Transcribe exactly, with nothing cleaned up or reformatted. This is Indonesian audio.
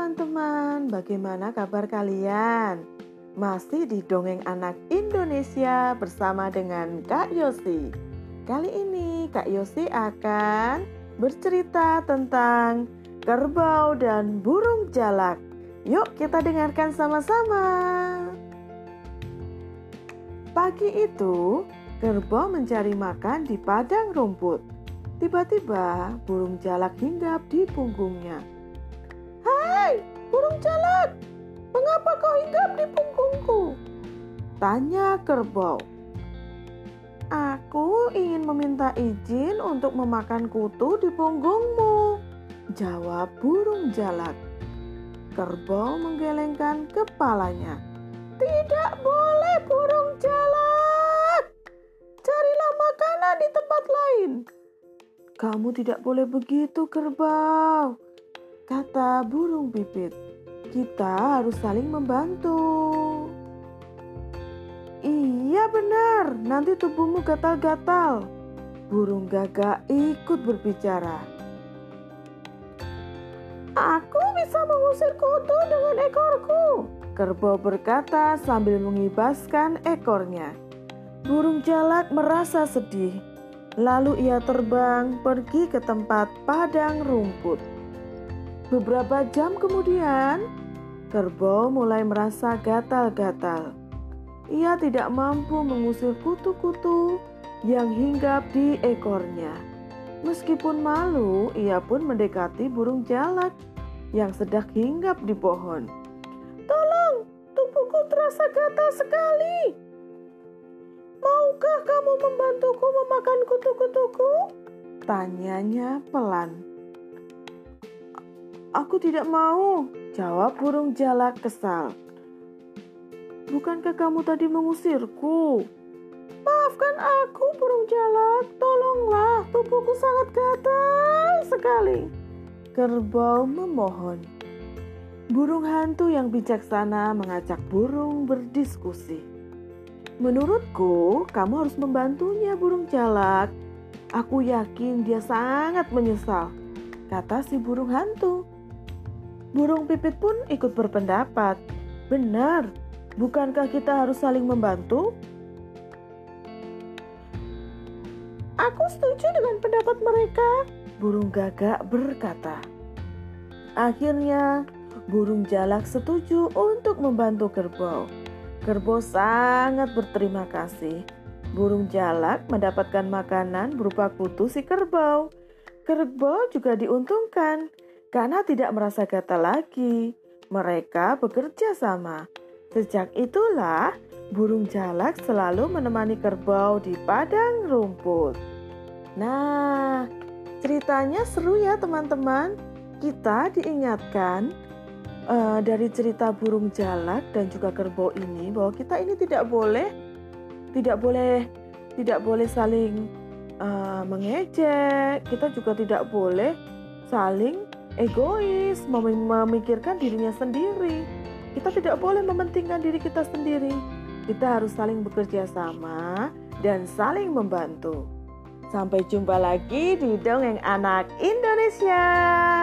teman-teman, bagaimana kabar kalian? Masih di Dongeng Anak Indonesia bersama dengan Kak Yosi. Kali ini Kak Yosi akan bercerita tentang kerbau dan burung jalak. Yuk kita dengarkan sama-sama. Pagi itu, kerbau mencari makan di padang rumput. Tiba-tiba burung jalak hinggap di punggungnya. "Hai, burung jalak, mengapa kau hinggap di punggungku?" tanya kerbau. "Aku ingin meminta izin untuk memakan kutu di punggungmu," jawab burung jalak. Kerbau menggelengkan kepalanya. "Tidak boleh, burung jalak. Carilah makanan di tempat lain." "Kamu tidak boleh begitu, kerbau," kata burung pipit. "Kita harus saling membantu." "Iya benar, nanti tubuhmu gatal-gatal." Burung gagak ikut berbicara. "Aku bisa mengusir kutu dengan ekorku," kerbau berkata sambil mengibaskan ekornya. Burung jalak merasa sedih. Lalu ia terbang pergi ke tempat padang rumput. Beberapa jam kemudian, kerbau mulai merasa gatal-gatal. Ia tidak mampu mengusir kutu-kutu yang hinggap di ekornya. Meskipun malu, ia pun mendekati burung jalak yang sedang hinggap di pohon. "Tolong, tubuhku terasa gatal sekali. Maukah kamu membantuku memakan kutu-kutuku?" tanyanya pelan. "Aku tidak mau," jawab burung jalak kesal. "Bukankah kamu tadi mengusirku?" "Maafkan aku, burung jalak. Tolonglah, tubuhku sangat gatal sekali," kerbau memohon. Burung hantu yang bijaksana mengajak burung berdiskusi. "Menurutku, kamu harus membantunya, burung jalak. Aku yakin dia sangat menyesal," kata si burung hantu. Burung pipit pun ikut berpendapat. "Benar, bukankah kita harus saling membantu?" "Aku setuju dengan pendapat mereka," burung gagak berkata. Akhirnya, burung jalak setuju untuk membantu kerbau. Kerbau sangat berterima kasih. Burung jalak mendapatkan makanan berupa kutu si kerbau. Kerbau juga diuntungkan karena tidak merasa gatal lagi. Mereka bekerja sama. Sejak itulah burung jalak selalu menemani kerbau di padang rumput. Nah, ceritanya seru ya teman-teman. Kita diingatkan Uh, dari cerita burung jalak dan juga kerbau ini bahwa kita ini tidak boleh tidak boleh tidak boleh saling uh, mengejek. Kita juga tidak boleh saling egois, mem- memikirkan dirinya sendiri. Kita tidak boleh mementingkan diri kita sendiri. Kita harus saling bekerja sama dan saling membantu. Sampai jumpa lagi di Dongeng Anak Indonesia.